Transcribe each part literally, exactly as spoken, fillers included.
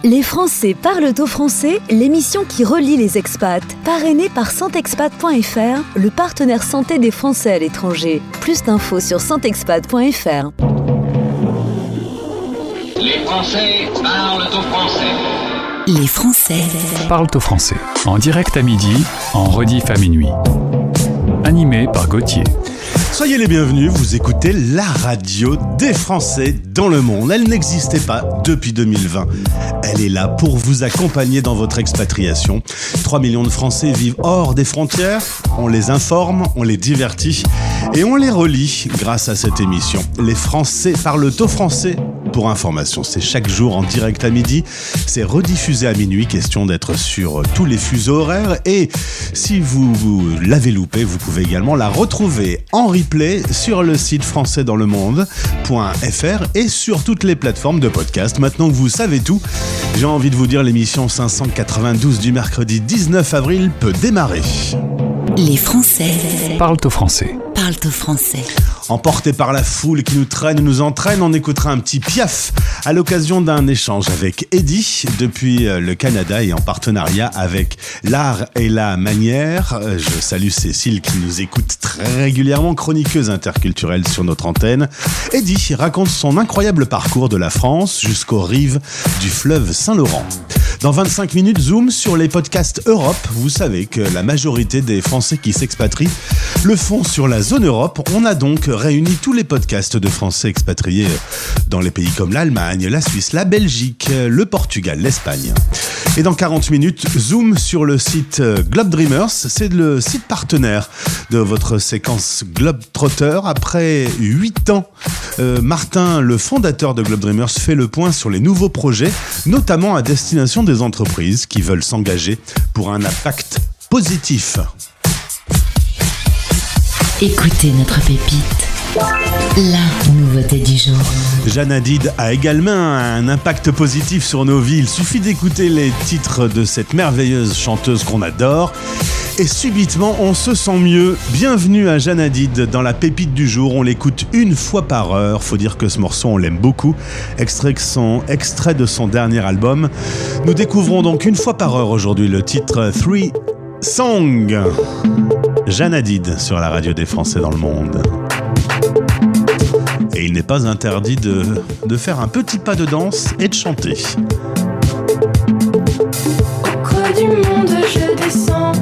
Les Français parlent au français, l'émission qui relie les expats. Parrainée par Santexpat point f r, le partenaire santé des Français à l'étranger. Plus d'infos sur Santexpat point f r. Les Français parlent au français. Les Français parlent au français. En direct à midi, en rediff à minuit. Animé par Gauthier. Soyez les bienvenus, vous écoutez la radio des Français dans le monde. Elle n'existait pas depuis deux mille vingt. Elle est là pour vous accompagner dans votre expatriation. trois millions de Français vivent hors des frontières. On les informe, on les divertit et on les relie grâce à cette émission. Les Français parlent au français. Pour information, c'est chaque jour en direct à midi. C'est rediffusé à minuit, question d'être sur tous les fuseaux horaires. Et si vous, vous l'avez loupé, vous pouvez également la retrouver en replay sur le site français dans le monde point f r et sur toutes les plateformes de podcast. Maintenant que vous savez tout, j'ai envie de vous dire l'émission cinq cent quatre-vingt-douze du mercredi dix-neuf avril peut démarrer. Les Français parlent au français. parlent au français. Emporté par la foule qui nous traîne et nous entraîne, on écoutera un petit Piaf à l'occasion d'un échange avec Eddie depuis le Canada et en partenariat avec l'art et la manière. Je salue Cécile qui nous écoute très régulièrement, chroniqueuse interculturelle sur notre antenne. Eddie raconte son incroyable parcours de la France jusqu'aux rives du fleuve Saint-Laurent. Dans vingt-cinq minutes, zoom sur les podcasts Europe. Vous savez que la majorité des Français qui s'expatrient le font sur la zone Europe. On a donc réuni tous les podcasts de Français expatriés dans les pays comme l'Allemagne, la Suisse, la Belgique, le Portugal, l'Espagne. Et dans quarante minutes, zoom sur le site Globe Dreamers. C'est le site partenaire de votre séquence Globetrotter. Après huit ans, euh, Martin, le fondateur de Globe Dreamers, fait le point sur les nouveaux projets, notamment à destination des entreprises qui veulent s'engager pour un impact positif. Écoutez notre pépite, la nouveauté du jour. Jeanne Hadid a également un impact positif sur nos vies. Il suffit d'écouter les titres de cette merveilleuse chanteuse qu'on adore et subitement on se sent mieux. Bienvenue à Jeanne Hadid dans la pépite du jour. On l'écoute une fois par heure. Faut dire que ce morceau on l'aime beaucoup. Extrait, son, extrait de son dernier album. Nous découvrons donc une fois par heure aujourd'hui le titre Three Song. Jeanne Hadid sur la radio des Français dans le monde. Et il n'est pas interdit de, de faire un petit pas de danse et de chanter. Au creux du monde, je descends.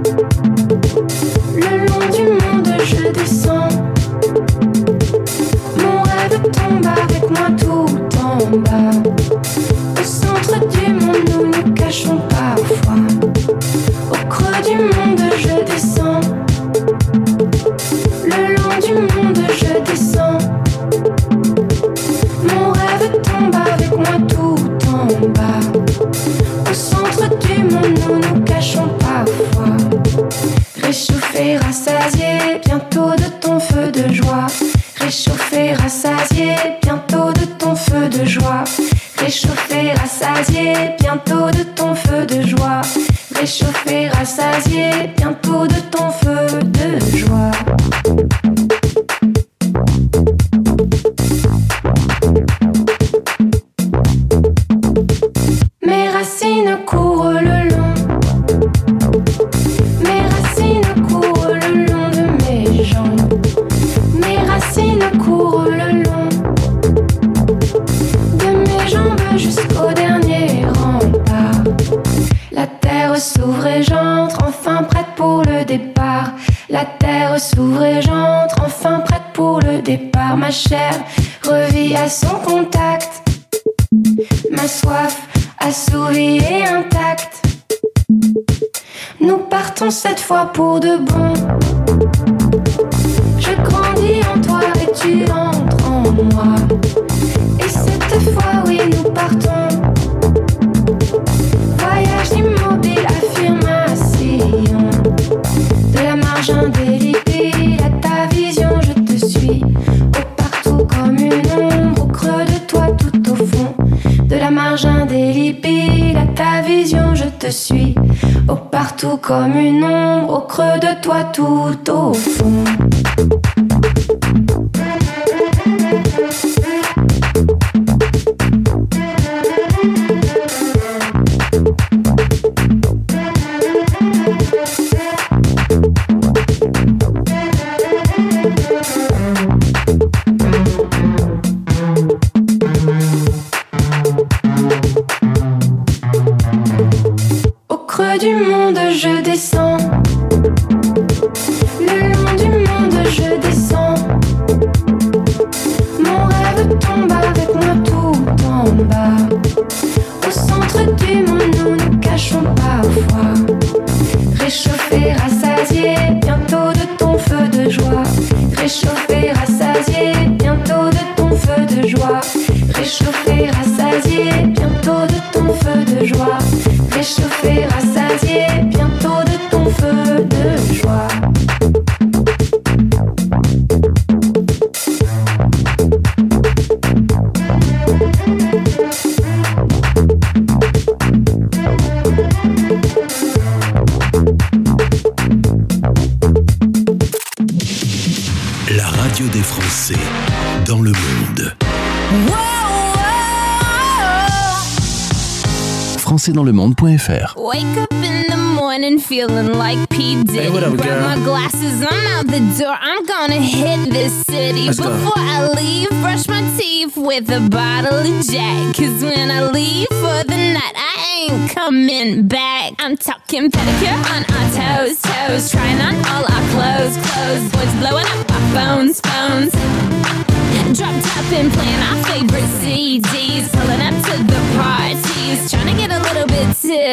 Le long du monde, je descends. Mon rêve tombe avec moi tout en bas. Au centre du monde, nous nous cachons parfois. Au creux du monde, je descends. Le long du monde, je descends. Mon rêve tombe avec moi tout en bas. Au centre du monde, nous nous cachons parfois. Réchauffer, rassasier, bientôt de ton feu de joie. Réchauffer, rassasier, bientôt de ton feu de joie. Réchauffer, rassasier, bientôt de ton feu de joie. Réchauffer, rassasier, bientôt de ton feu de joie. Mes racines courent le long. Mes racines courent le long de mes jambes. Mes racines courent le long de mes jambes jusqu'au dernier rempart. La terre s'ouvre et j'entre, enfin prête pour le départ. La terre s'ouvre et j'entre, enfin prête pour le départ. Ma chair revit à son contact. Ma soif assouvie et intacte. Nous partons cette fois pour de bon. Je grandis en toi et tu entres en moi. Et cette fois, oui, nous partons. Voyage immobile, affirmation. De la marge indélébile à ta vision, je te suis. Au partout comme une ombre, au creux de toi tout au fond. De la marge indélébile à ta vision, je te suis. Au partout comme une ombre, au creux de toi tout au fond. centre du monde, je descends. Le long du monde, je descends. Mon rêve tombe avec moi tout en bas. Au centre du monde, nous nous cachons parfois. Réchauffer, rassasier, bientôt de ton feu de joie. Réchauffer, rassasier, bientôt de ton feu de joie. Réchauffer, rassasier, bientôt de ton feu de joie. Réchauffer, rassasier, bientôt de ton feu de joie. La radio des Français dans le monde. français dans le monde point f r. Wake up in the morning feeling like P. Diddy. Hey, what up, Grab girl? my glasses, I'm out the door. I'm gonna hit this city. Let's go. Before I leave, brush my teeth with a bottle of Jack. Cause when I leave for the night, I ain't coming back. I'm talking pedicure on our toes, toes. Trying on all our clothes, clothes. Boys blowing up our phones, phones. Drop top and playing our favorite C Ds. Pulling up to the parties. Trying to get a little bit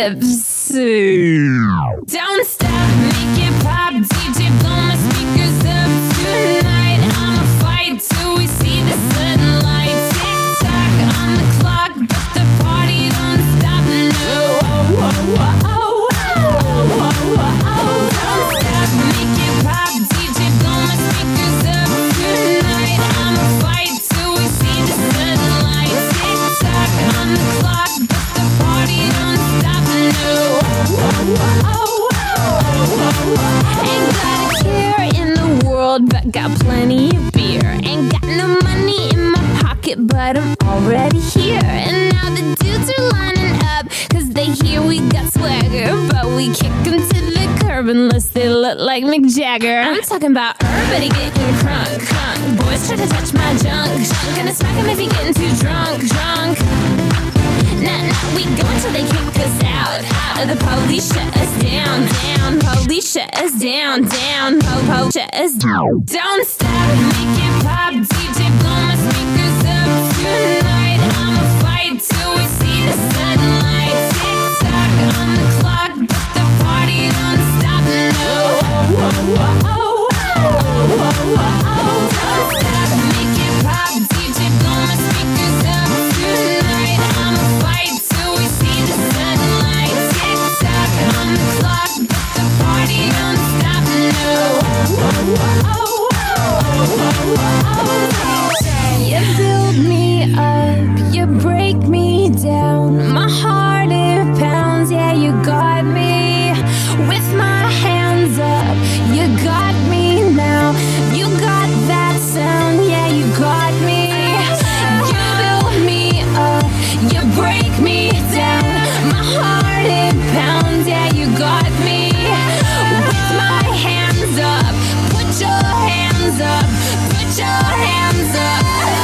tipsy. Don't stop, make it pop. D J, blow my speakers up tonight. I'ma fight till we see the sunlight. Tick tock on the clock, but the party don't stop. No, oh, oh, oh, oh, oh, oh, oh. Don't stop, make it pop. D J, blow my speakers up tonight. I'ma fight till we see the sunlight. Tick tock on the clock, but the party don't stop. No, oh, oh, oh, oh, oh, oh. Ain't got a care in the world, but got plenty of beer. Ain't got no money in my pocket, but I'm already here. And now the dudes are lining up, cause they hear we got swagger. But we kick them to the curb unless they look like Mick Jagger. I'm talking about everybody getting crunk, crunk. Boys try to touch my junk, junk. Gonna smack him if he getting too drunk, drunk. Nah, nah, we go until they kick us out, out. The police shut us down, down. Police shut us down, down. Po, po, shut us down. Don't stop, make it pop. D J, blow my speakers up tonight. I'ma fight till we see the sunlight. Tick tock on the clock, but the party don't stop. No, oh, oh, oh, oh, oh, oh, oh. Don't stop, make it pop. D J, blow my speakers up tonight. I'ma fight till we see the sunlight. Tick tock on the clock, but the party don't stop. No, oh, oh, oh, oh, oh, oh. You build me up, you break me down. My heart it pounds, yeah, you got me. With my hands up, you got me now. You got that sound, yeah, you got me. You build me up, you break me down. My heart it pounds, yeah, you got me. With my hands up, put your hands up, put your hands up.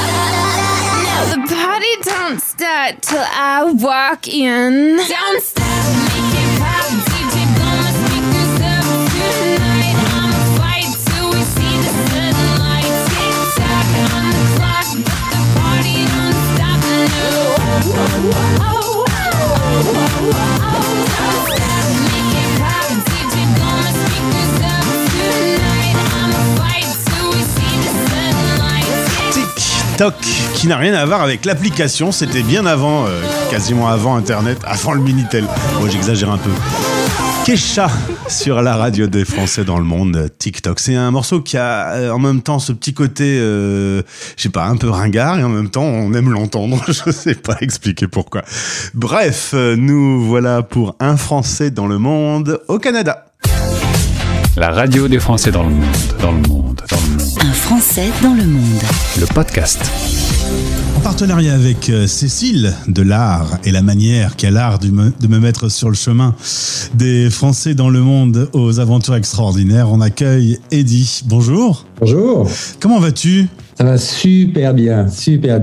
Now the party don't start till I walk in. Don't stop, make it pop. D J, blow my speakers up tonight. I'ma fight till we see the sunlight. Tick tock on the clock, but the party don't stop. No, oh, oh, oh, oh, oh, oh, oh. Don't stop, make it pop. D J, blow my speakers up tonight. I'ma fight till we see the sunlight. TikTok, qui n'a rien à voir avec l'application, c'était bien avant, euh, quasiment avant Internet, avant le Minitel. Bon, j'exagère un peu. Kesha sur la radio des Français dans le monde, TikTok. C'est un morceau qui a euh, en même temps ce petit côté, euh, je sais pas, un peu ringard et en même temps on aime l'entendre. Je sais pas expliquer pourquoi. Bref, euh, nous voilà pour un Français dans le monde au Canada. La radio des Français dans le monde, dans le monde, dans le monde. Un Français dans le monde. Le podcast. En partenariat avec euh, Cécile de l'art et la manière qui a l'art de me, de me mettre sur le chemin des Français dans le monde aux aventures extraordinaires, on accueille Eddy. Bonjour. Bonjour. Comment vas-tu ? Ça va super bien, super bien.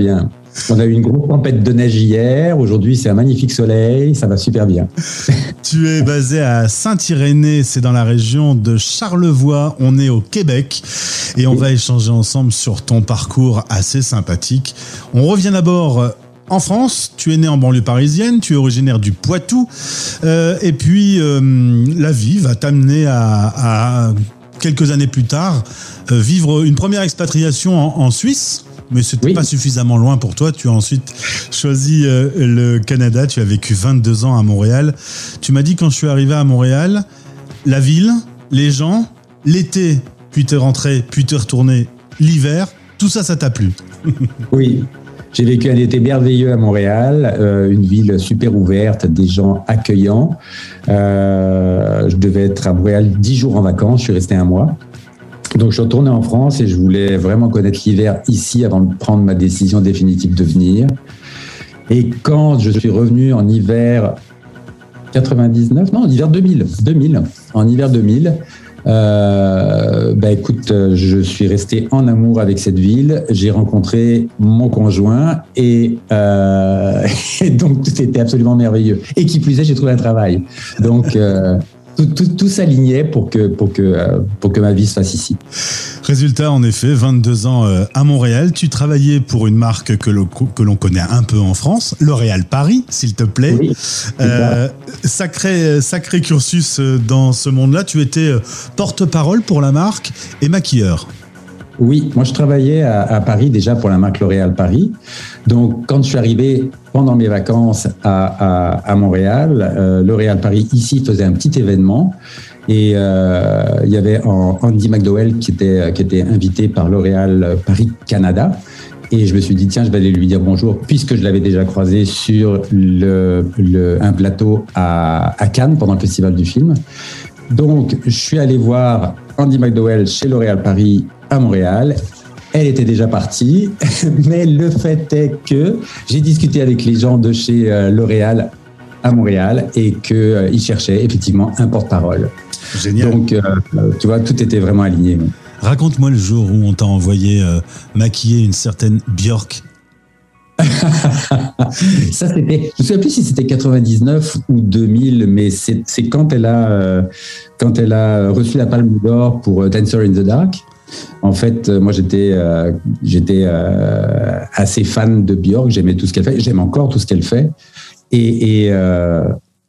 On a eu une grosse tempête de neige hier. Aujourd'hui, c'est un magnifique soleil. Ça va super bien. Tu es basé à Saint-Irénée, c'est dans la région de Charlevoix. On est au Québec et on va échanger ensemble sur ton parcours assez sympathique. On revient d'abord en France. Tu es né en banlieue parisienne, tu es originaire du Poitou. Euh, et puis, euh, la vie va t'amener à, à quelques années plus tard, euh, vivre une première expatriation en, en Suisse. Mais c'était oui. pas suffisamment loin pour toi. Tu as ensuite choisi euh, le Canada. Tu as vécu vingt-deux ans à Montréal. Tu m'as dit quand je suis arrivé à Montréal, la ville, les gens, l'été, puis t'es rentré, puis t'es retourné l'hiver. Tout ça, ça t'a plu? Oui. J'ai vécu un été merveilleux à Montréal, euh, une ville super ouverte, des gens accueillants. Euh, je devais être à Montréal dix jours en vacances. Je suis resté un mois. Donc, je suis retourné en France et je voulais vraiment connaître l'hiver ici avant de prendre ma décision définitive de venir. Et quand je suis revenu en hiver quatre-vingt-dix-neuf, non, en hiver deux mille, deux mille, en hiver deux mille, euh, bah écoute, je suis resté en amour avec cette ville. J'ai rencontré mon conjoint et, euh, et donc c'était absolument merveilleux. Et qui plus est, j'ai trouvé un travail. Donc euh, Tout, tout, tout s'alignait pour que, pour, que, pour que ma vie se fasse ici. Résultat, en effet, vingt-deux ans à Montréal. Tu travaillais pour une marque que l'on, que l'on connaît un peu en France, L'Oréal Paris, s'il te plaît. Oui, euh, sacré, sacré cursus dans ce monde-là. Tu étais porte-parole pour la marque et maquilleur. Oui, moi je travaillais à, à Paris déjà pour la marque L'Oréal Paris. Donc quand je suis arrivé pendant mes vacances à, à, à Montréal, euh, L'Oréal Paris ici faisait un petit événement et euh, il y avait Andy McDowell qui était, qui était invité par L'Oréal Paris Canada. Et je me suis dit, tiens, je vais aller lui dire bonjour, puisque je l'avais déjà croisé sur le, le, un plateau à, à Cannes pendant le Festival du film. Donc je suis allé voir Andy McDowell chez L'Oréal Paris à Montréal. Elle était déjà partie, mais le fait est que j'ai discuté avec les gens de chez euh, L'Oréal à Montréal et qu'ils euh, cherchaient effectivement un porte-parole. Génial. Donc, euh, tu vois, tout était vraiment aligné. Raconte-moi le jour où on t'a envoyé euh, maquiller une certaine Björk. Ça, c'était, je me souviens plus si c'était quatre-vingt-dix-neuf ou deux mille, mais c'est, c'est quand elle a, euh, quand elle a reçu la Palme d'Or pour Dancer in the Dark. En fait, moi, j'étais, euh, j'étais euh, assez fan de Björk. J'aimais tout ce qu'elle fait. J'aime encore tout ce qu'elle fait. Et, et, euh,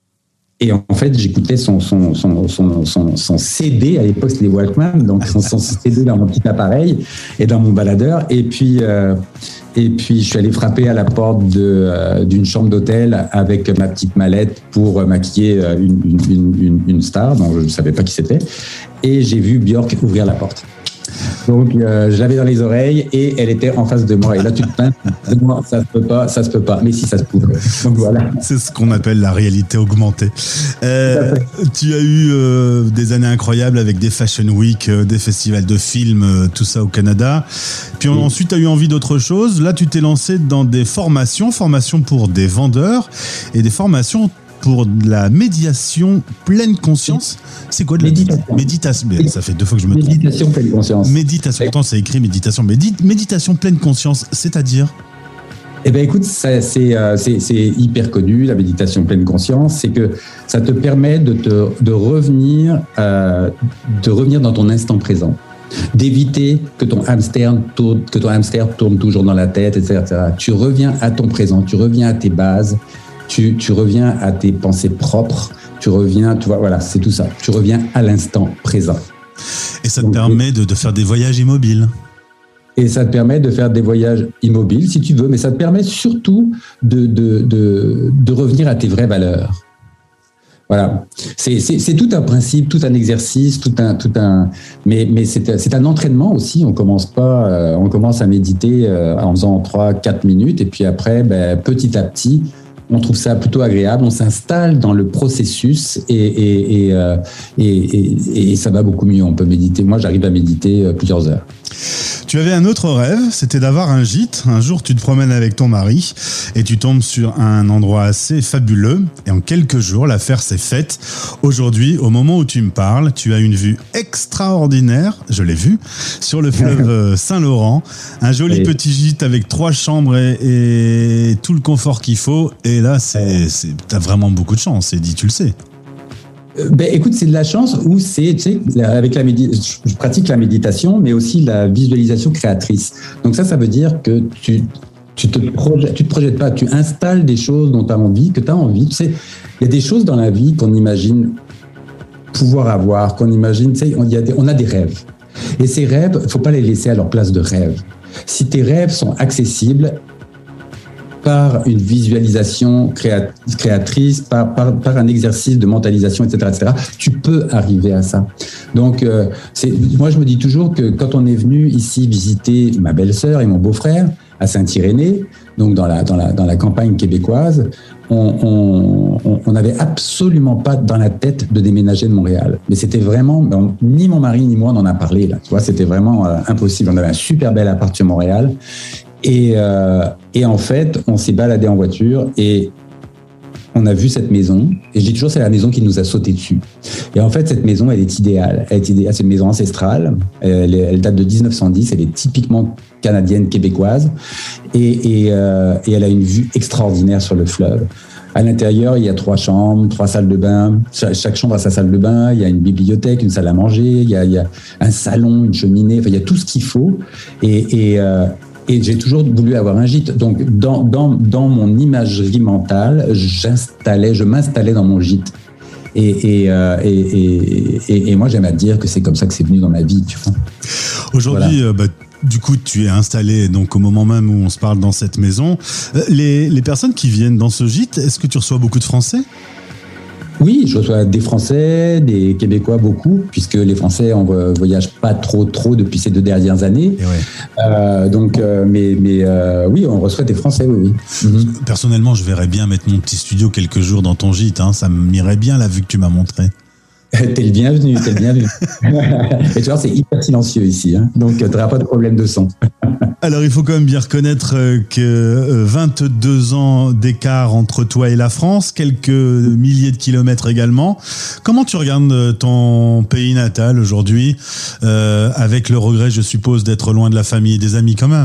et en fait, j'écoutais son, son, son, son, son, son C D. À l'époque, c'était les Walkman. Donc, son, son C D dans mon petit appareil et dans mon baladeur. Et puis, euh, et puis je suis allé frapper à la porte de, euh, d'une chambre d'hôtel avec ma petite mallette pour maquiller une, une, une, une star dont je ne savais pas qui c'était. Et j'ai vu Björk ouvrir la porte. Donc, euh, je l'avais dans les oreilles et elle était en face de moi. Et là, tu te plains, ça se peut pas, ça se peut pas. Mais si, ça se pouvait. Donc voilà. C'est ce qu'on appelle la réalité augmentée. Euh, tu as eu euh, des années incroyables avec des Fashion Week, euh, des festivals de films, euh, tout ça au Canada. Puis oui. Ensuite, tu as eu envie d'autre chose. Là, tu t'es lancé dans des formations, formations pour des vendeurs et des formations pour de la médiation pleine conscience. C'est quoi de la méditation? Méditation. Ça fait deux fois que je me trompe. Méditation pleine conscience. Méditation. Pourtant, c'est écrit méditation. Médi- méditation pleine conscience, c'est-à-dire? Eh bien, écoute, ça, c'est, euh, c'est, c'est hyper connu, la méditation pleine conscience. C'est que ça te permet de, te, de, revenir, euh, de revenir dans ton instant présent. D'éviter que ton hamster tourne, que ton hamster tourne toujours dans la tête, et cetera. Tu reviens à ton présent, tu reviens à tes bases. Tu, tu reviens à tes pensées propres, tu reviens, tu vois, voilà, c'est tout ça. Tu reviens à l'instant présent. Et ça te Donc, permet de, de faire des voyages immobiles. Et ça te permet de faire des voyages immobiles, si tu veux, mais ça te permet surtout de, de, de, de revenir à tes vraies valeurs. Voilà. C'est, c'est, c'est tout un principe, tout un exercice, tout un, tout un, mais, mais c'est, c'est un entraînement aussi. On commence pas, euh, on commence à méditer euh, en faisant trois, quatre minutes, et puis après, ben, petit à petit, on trouve ça plutôt agréable, on s'installe dans le processus et, et, et, euh, et, et, et ça va beaucoup mieux. On peut méditer. Moi, j'arrive à méditer plusieurs heures. Tu avais un autre rêve, c'était d'avoir un gîte. Un jour, tu te promènes avec ton mari et tu tombes sur un endroit assez fabuleux. Et en quelques jours, l'affaire s'est faite. Aujourd'hui, au moment où tu me parles, tu as une vue extraordinaire, je l'ai vu, sur le fleuve Saint-Laurent. Un joli oui. petit gîte avec trois chambres et, et tout le confort qu'il faut. Et là, c'est, c'est, t'as vraiment beaucoup de chance, Eddy, tu le sais. Ben, écoute, c'est de la chance ou c'est, tu sais, avec la médi- je pratique la méditation, mais aussi la visualisation créatrice. Donc ça, ça veut dire que tu, tu te projettes, tu te projettes pas, tu installes des choses dont tu as envie, que tu as envie. Tu sais, il y a des choses dans la vie qu'on imagine pouvoir avoir, qu'on imagine, tu sais, on, y a des, on a des rêves. Et ces rêves, il faut pas les laisser à leur place de rêve. Si tes rêves sont accessibles, par une visualisation créa- créatrice, par, par, par un exercice de mentalisation, et cetera, et cetera, tu peux arriver à ça. Donc, euh, c'est, moi, je me dis toujours que quand on est venu ici visiter ma belle-sœur et mon beau-frère à Saint-Irénée, donc dans la, dans la, dans la campagne québécoise, on on n'avait absolument pas dans la tête de déménager de Montréal. Mais c'était vraiment, ben, ni mon mari ni moi on en a parlé, là. Tu vois, c'était vraiment euh, impossible. On avait un super bel appart sur Montréal. Et, euh, et en fait, on s'est baladé en voiture et on a vu cette maison. Et je dis toujours, c'est la maison qui nous a sauté dessus. Et en fait, cette maison, elle est idéale. Elle est idéale. C'est une maison ancestrale. Elle, elle date de dix-neuf cent dix. Elle est typiquement canadienne, québécoise. Et, et, euh, et elle a une vue extraordinaire sur le fleuve. À l'intérieur, il y a trois chambres, trois salles de bain. Cha- chaque chambre a sa salle de bain. Il y a une bibliothèque, une salle à manger. Il y a, il y a un salon, une cheminée. Enfin, il y a tout ce qu'il faut. Et, et euh, Et j'ai toujours voulu avoir un gîte. Donc, dans, dans, dans mon imagerie mentale, j'installais, je m'installais dans mon gîte. Et, et, euh, et, et, et, et moi, j'aime à dire que c'est comme ça que c'est venu dans ma vie, tu vois. Aujourd'hui, voilà. euh, bah, du coup, tu es installé donc au moment même où on se parle dans cette maison. Les, les personnes qui viennent dans ce gîte, est-ce que tu reçois beaucoup de Français ? Oui, je reçois des Français, des Québécois, beaucoup, puisque les Français on voyage pas trop, trop depuis ces deux dernières années. Et ouais. euh, donc, euh, mais, mais euh, oui, on reçoit des Français, oui, oui. Mm-hmm. Personnellement, je verrais bien mettre mon petit studio quelques jours dans ton gîte. Hein. Ça m'irait bien la vue que tu m'as montrée. T'es le bienvenu, t'es le bienvenu. Et tu vois, c'est hyper silencieux ici, hein, donc tu n'auras pas de problème de son. Alors, il faut quand même bien reconnaître que vingt-deux ans d'écart entre toi et la France, quelques milliers de kilomètres également. Comment tu regardes ton pays natal aujourd'hui, euh, avec le regret, je suppose, d'être loin de la famille et des amis quand même ?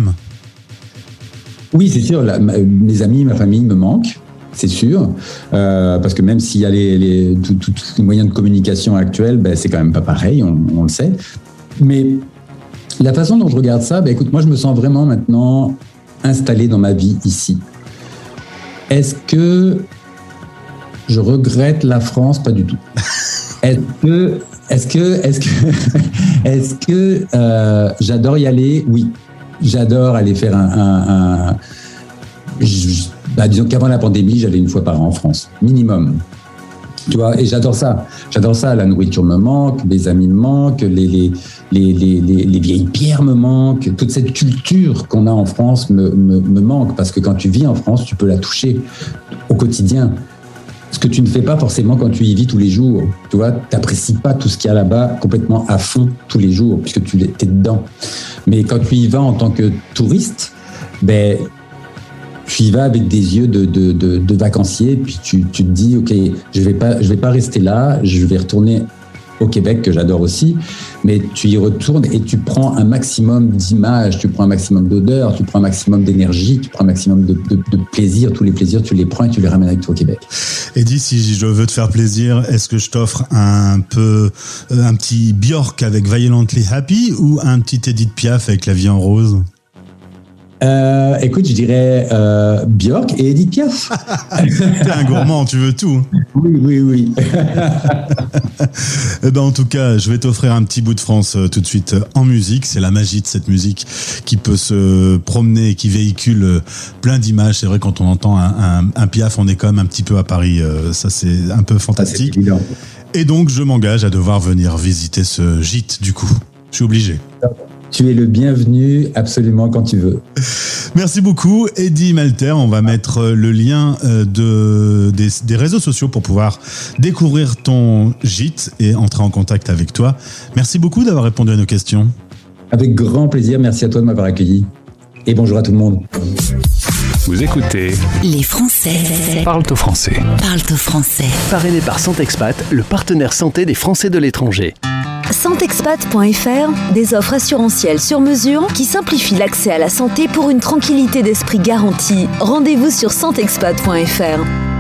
Oui, c'est sûr, la, ma, mes amis, ma famille me manquent. C'est sûr, euh, parce que même s'il y a les, les, tous les moyens de communication actuels, ben, c'est quand même pas pareil, on, on le sait. Mais la façon dont je regarde ça, ben, écoute, moi je me sens vraiment maintenant installé dans ma vie ici. Est-ce que je regrette la France ? Pas du tout. Est-ce que, est-ce que, est-ce que, est-ce que euh, j'adore y aller ? Oui, j'adore aller faire un... un, un je, bah, disons qu'avant la pandémie, j'allais une fois par an en France, minimum. Tu vois, et j'adore ça. J'adore ça. La nourriture me manque, mes amis me manquent, les, les, les, les, les, les vieilles pierres me manquent. Toute cette culture qu'on a en France me, me, me manque, parce que quand tu vis en France, tu peux la toucher au quotidien. Ce que tu ne fais pas forcément quand tu y vis tous les jours. Tu vois, tu n'apprécies pas tout ce qu'il y a là-bas complètement à fond tous les jours, puisque tu es dedans. Mais quand tu y vas en tant que touriste, ben, tu y vas avec des yeux de, de, de, de vacancier, puis tu, tu te dis, OK, je vais pas, je vais pas rester là, je vais retourner au Québec, que j'adore aussi, mais tu y retournes et tu prends un maximum d'images, tu prends un maximum d'odeurs, tu prends un maximum d'énergie, tu prends un maximum de, de, de plaisir. Tous les plaisirs, tu les prends et tu les ramènes avec toi au Québec. Eddy, si je veux te faire plaisir, est-ce que je t'offre un peu, un petit Björk avec Violently Happy ou un petit Edith Piaf avec La vie en rose ? Euh, écoute, je dirais euh, Björk et Edith Piaf. T'es un gourmand, tu veux tout. Oui, oui, oui. Eh ben, en tout cas, je vais t'offrir un petit bout de France euh, tout de suite euh, en musique. C'est la magie de cette musique qui peut se promener et qui véhicule euh, plein d'images. C'est vrai, quand on entend un, un, un Piaf, on est quand même un petit peu à Paris. Euh, ça, c'est un peu fantastique. Ça, c'est évident. Et donc, je m'engage à devoir venir visiter ce gîte, du coup. Je suis obligé. Tu es le bienvenu absolument quand tu veux. Merci beaucoup, Eddy Malter. On va mettre le lien de, des, des réseaux sociaux pour pouvoir découvrir ton gîte et entrer en contact avec toi. Merci beaucoup d'avoir répondu à nos questions. Avec grand plaisir, merci à toi de m'avoir accueilli. Et bonjour à tout le monde. Vous écoutez Les Français Parle au français. Parle au français. Parrainé par Santexpat, le partenaire santé des Français de l'étranger. Santexpat point F R, des offres assurantielles sur mesure qui simplifient l'accès à la santé pour une tranquillité d'esprit garantie. Rendez-vous sur Santexpat point F R.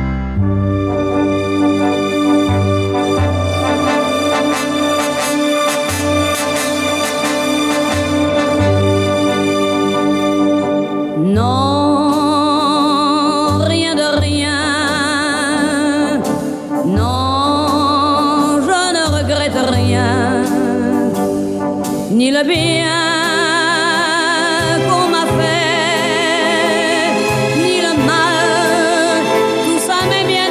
Non, rien de rien. Non, je ne regrette rien. Ni le bien qu'on m'a fait, ni le mal, tout ça m'est bien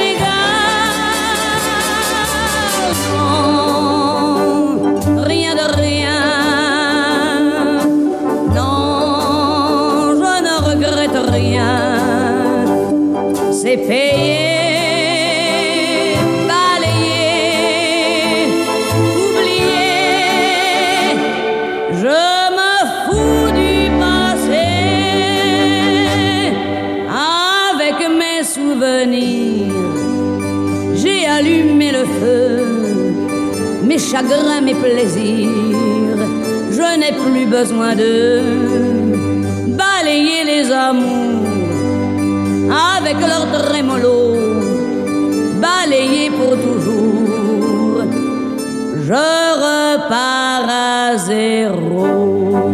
égal. Non, rien de rien. Non, je ne regrette rien. C'est payé. J'ai allumé le feu, mes chagrins, mes plaisirs. Je n'ai plus besoin de balayer les amours avec leur trémolo, balayer pour toujours. Je repars à zéro.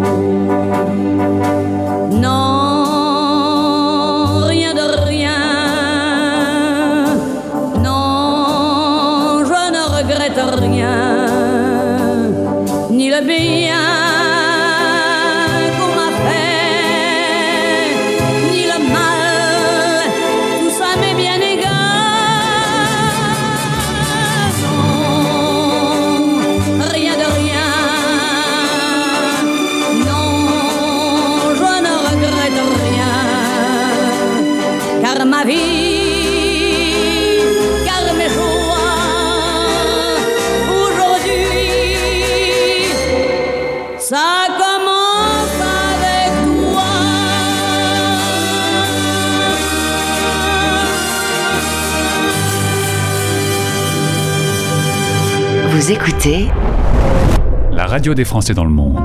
Ni le bien qu'on m'a fait, ni le mal, tout ça m'est bien égal. Non, rien de rien. Non, je ne regrette rien. Car ma vie, car mes joies, ça commence avec toi. Vous écoutez la radio des Français dans le monde.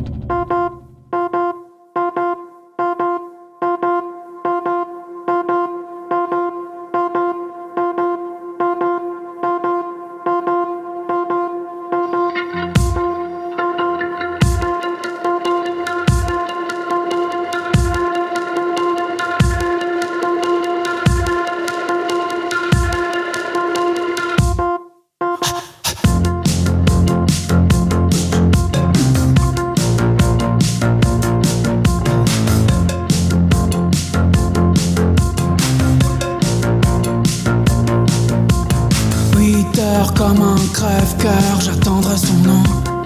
Comme un crève-cœur, j'attendrai son nom.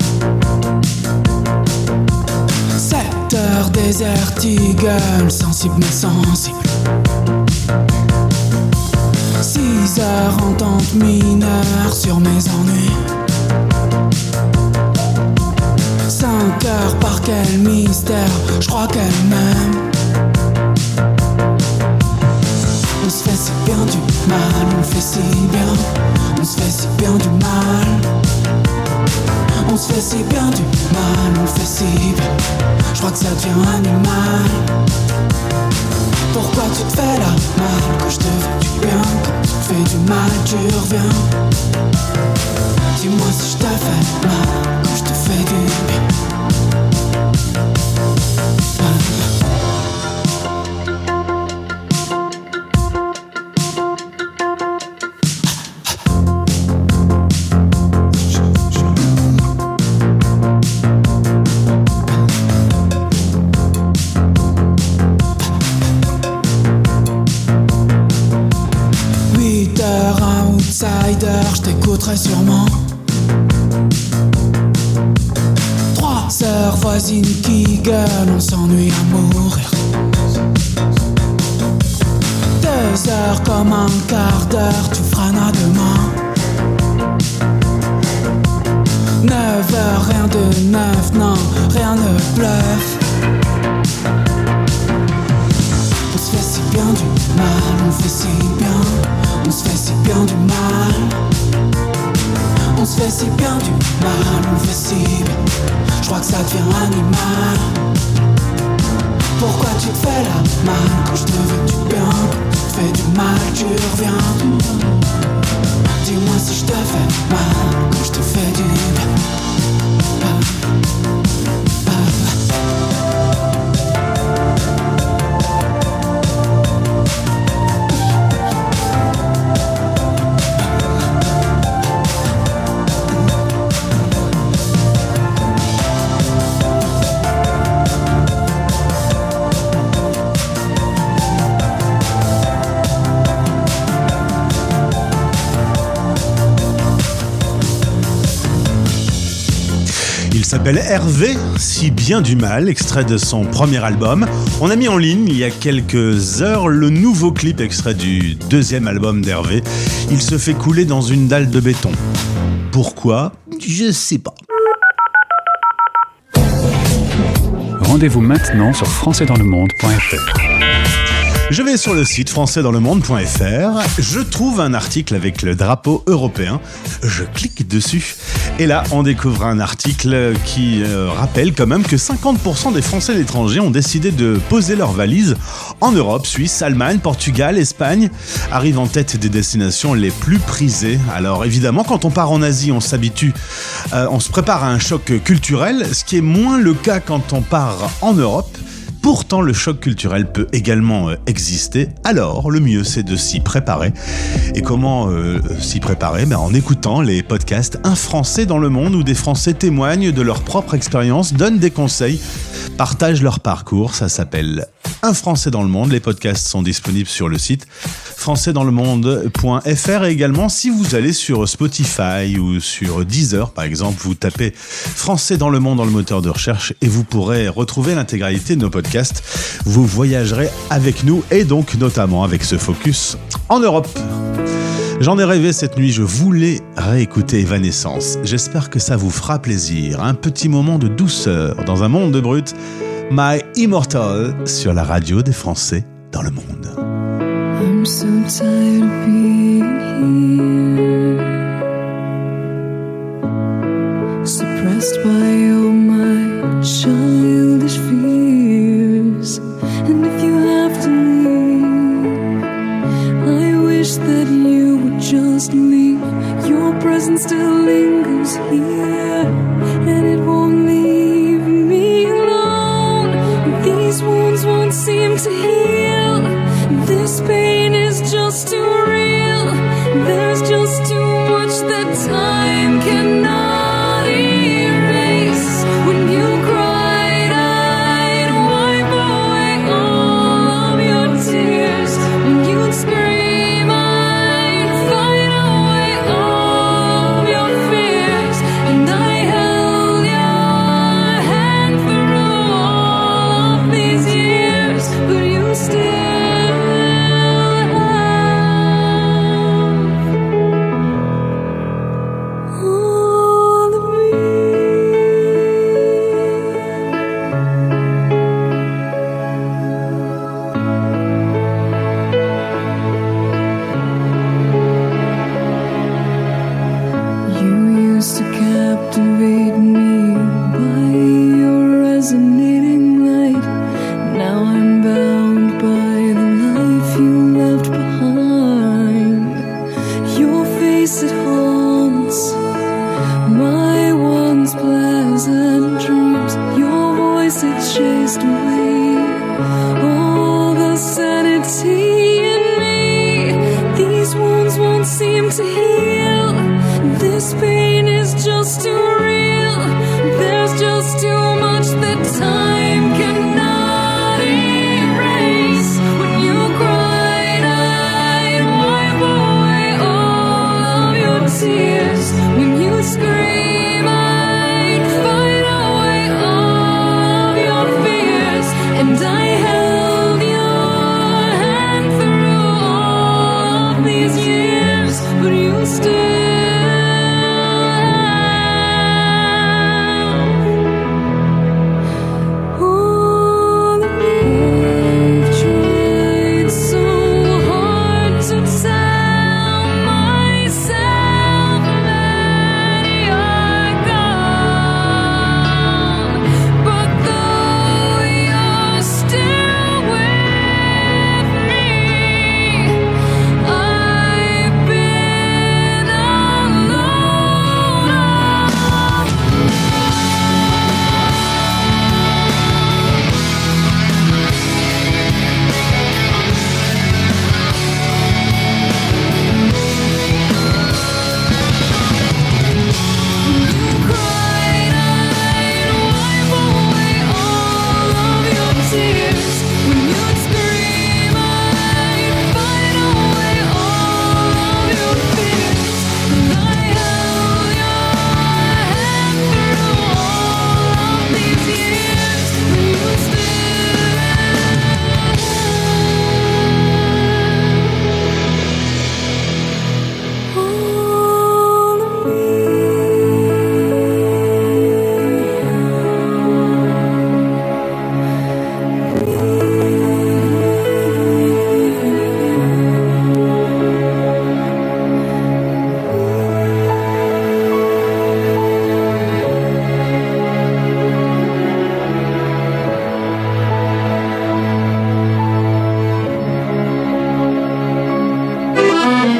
Sept heures désertique, sensible mais sensible. Six heures entente mineure sur mes ennuis. Cinq heures par quel mystère, je crois qu'elle m'aime. On se fait si bien du mal, on fait si bien. On se fait si bien du mal. On se fait si bien du mal, on fait si bien. Je crois que ça devient animal. Pourquoi tu te fais la mal, que je te fais du bien. Quand tu te fais du mal, tu reviens. Dis-moi si je te fais mal, que je te fais du bien. Je t'écouterai sûrement. Trois sœurs voisines qui gueulent, on s'ennuie à mourir. Deux heures comme un quart d'heure, tu freines demain. Neuf heures, rien de neuf, non, rien ne bluff. On se fait si bien du mal, on fait si bien, on se fait si bien du mal. On se fait si bien du mal, on fait si bien. Je crois que ça devient animal. Pourquoi tu te fais la mal quand je te veux du bien? Quand tu te fais du mal, tu reviens. Dis-moi si je te fais mal quand je te fais du bien. Il s'appelle Hervé, si bien du mal, extrait de son premier album. On a mis en ligne il y a quelques heures le nouveau clip extrait du deuxième album d'Hervé. Il se fait couler dans une dalle de béton. Pourquoi ? Je sais pas. Rendez-vous maintenant sur français dans le monde point f r. Je vais sur le site français dans le monde point f r, je trouve un article avec le drapeau européen, je clique dessus et là on découvre un article qui euh, rappelle quand même que cinquante pour cent des Français de l'étranger ont décidé de poser leurs valises en Europe. Suisse, Allemagne, Portugal, Espagne arrivent en tête des destinations les plus prisées. Alors évidemment quand on part en Asie on s'habitue, euh, on se prépare à un choc culturel, ce qui est moins le cas quand on part en Europe. Pourtant, le choc culturel peut également euh, exister, alors le mieux c'est de s'y préparer. Et comment euh, s'y préparer ? Ben, en écoutant les podcasts Un Français dans le monde où des Français témoignent de leur propre expérience, donnent des conseils, partagent leur parcours. Ça s'appelle Un Français dans le monde. Les podcasts sont disponibles sur le site français dans le monde point f r et également si vous allez sur Spotify ou sur Deezer par exemple, vous tapez Français dans le monde dans le moteur de recherche et vous pourrez retrouver l'intégralité de nos podcasts. Vous voyagerez avec nous et donc notamment avec ce focus en Europe. J'en ai rêvé cette nuit, je voulais réécouter Evanescence. J'espère que ça vous fera plaisir. Un petit moment de douceur dans un monde de brut. My Immortal sur la radio des Français dans le monde. I'm so tired of being here, suppressed by all my childish fears. And if you have to leave, I wish that you would just leave. Your presence still lingers here, and it won't leave me alone. These wounds won't seem to heal. This pain is just too real. There's just too much that time cannot erase. When you cried, I'd wipe away all of your tears. When you'd scream, I'd fight away all of your fears. And I held your hand through all of these years, but you still But you still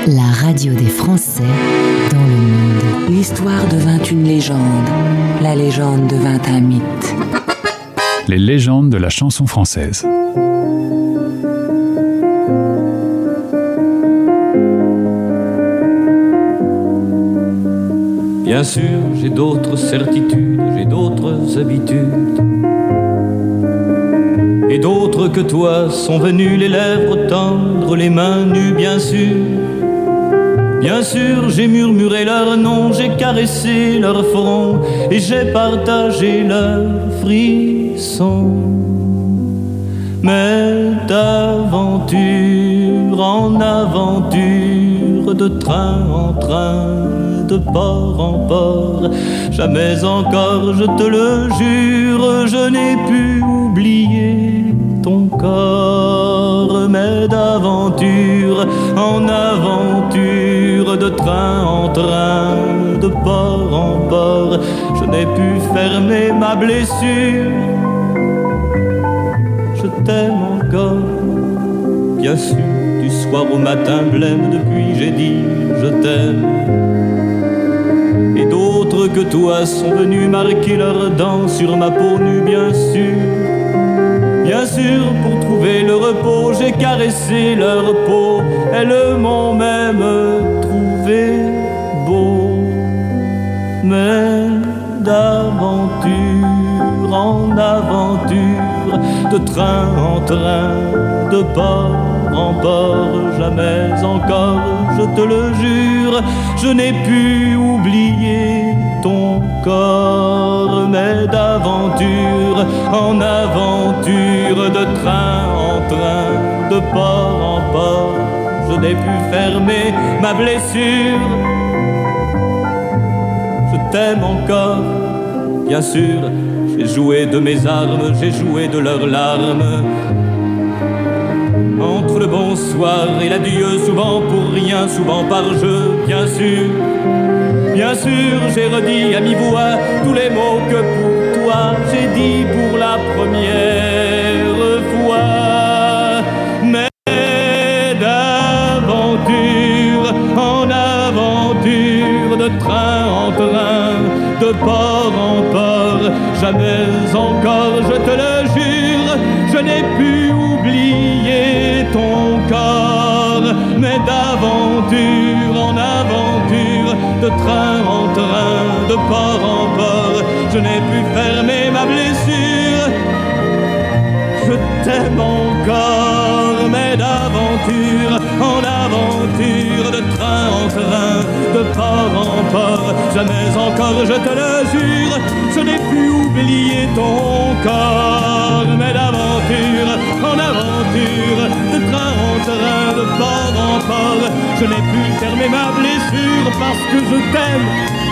la radio des Français dans le monde. L'histoire devint une légende, la légende devint un mythe. Les légendes de la chanson française. Bien sûr, j'ai d'autres certitudes, j'ai d'autres habitudes. Et d'autres que toi sont venus les lèvres tendres, les mains nues, bien sûr. Bien sûr, j'ai murmuré leur nom, j'ai caressé leur front et j'ai partagé leurs frissons. Mais d'aventure en aventure, de train en train, de port en port, jamais encore, je te le jure, je n'ai pu oublier ton corps. Mais d'aventure en aventure, de train en train, de port en port, je n'ai pu fermer ma blessure. Je t'aime encore, bien sûr, du soir au matin blême, depuis j'ai dit je t'aime. Et d'autres que toi sont venus marquer leurs dents sur ma peau nue, bien sûr. Bien sûr, pour trouver le repos, j'ai caressé leur peau. Elles m'ont même trouvé beau. Mais d'aventure en aventure, de train en train, de port en port, jamais encore, je te le jure, je n'ai pu oublier ton corps. Mais d'aventure en aventure, de train en train, de port en port, je n'ai pu fermer ma blessure. Je t'aime encore, bien sûr, j'ai joué de mes armes, j'ai joué de leurs larmes. Entre le bonsoir et l'adieu, souvent pour rien, souvent par jeu, bien sûr. Bien sûr, j'ai redit à mi-voix tous les mots que pour toi j'ai dit pour la première fois. Mais d'aventure en aventure, de train en train, de port en port, jamais encore, je te le jure, je n'ai pu oublier ton corps. Mais d'aventure en aventure, de train en train, de port en port, je n'ai pu fermer ma blessure. Je t'aime encore, mais d'aventure en aventure, de train en train, de port en port, jamais encore, je te le jure, je n'ai pu oublier ton corps. Mais d'aventure en aventure, de train en train, de port en port, je n'ai pu fermer ma blessure parce que je t'aime.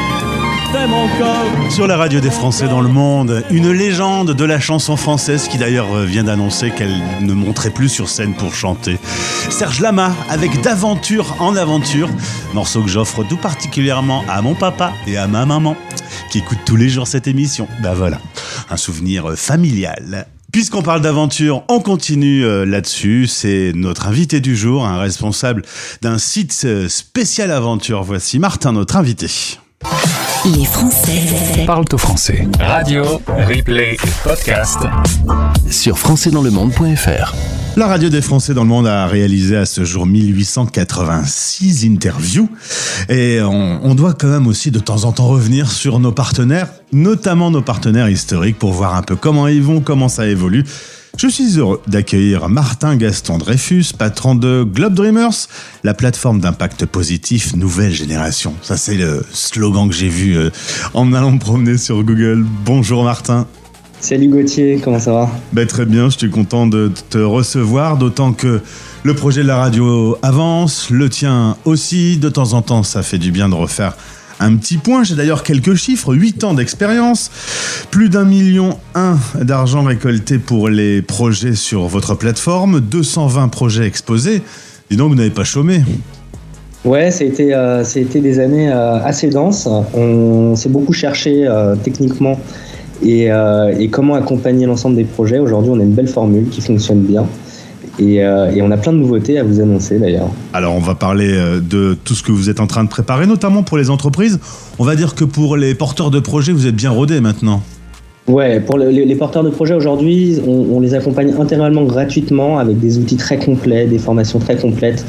Encore. Sur la radio des Français dans le monde, une légende de la chanson française qui d'ailleurs vient d'annoncer qu'elle ne monterait plus sur scène pour chanter. Serge Lama avec D'aventure en aventure, morceau que j'offre tout particulièrement à mon papa et à ma maman qui écoutent tous les jours cette émission. Ben voilà, un souvenir familial. Puisqu'on parle d'aventure, on continue euh, là-dessus. C'est notre invité du jour, un responsable d'un site spécial aventure. Voici Martin, notre invité. Les Français parlent au français. Radio, replay, podcast sur français dans le monde point f r. La radio des Français dans le monde a réalisé à ce jour mille huit cent quatre-vingt-six interviews et on, on doit quand même aussi de temps en temps revenir sur nos partenaires, notamment nos partenaires historiques pour voir un peu comment ils vont, comment ça évolue. Je suis heureux d'accueillir Martin Gaston Dreyfus, patron de Globe Dreamers, la plateforme d'impact positif nouvelle génération. Ça, c'est le slogan que j'ai vu euh, en allant me promener sur Google. Bonjour Martin. Salut Gauthier, comment ça va ? Ben, très bien, je suis content de te recevoir, d'autant que le projet de la radio avance, le tien aussi. De temps en temps, ça fait du bien de refaire un petit point. J'ai d'ailleurs quelques chiffres, huit ans d'expérience, plus d'un million un d'argent récolté pour les projets sur votre plateforme, deux cent vingt projets exposés. Dis donc, vous n'avez pas chômé. Ouais, ça a été, euh, ça a été des années euh, assez denses. On s'est beaucoup cherché euh, techniquement et, euh, et comment accompagner l'ensemble des projets. Aujourd'hui, on a une belle formule qui fonctionne bien. Et, euh, et on a plein de nouveautés à vous annoncer d'ailleurs. Alors on va parler de tout ce que vous êtes en train de préparer, notamment pour les entreprises. On va dire que pour les porteurs de projets, vous êtes bien rodés maintenant. Ouais, pour le, les, les porteurs de projets aujourd'hui, on, on les accompagne intégralement gratuitement avec des outils très complets, des formations très complètes,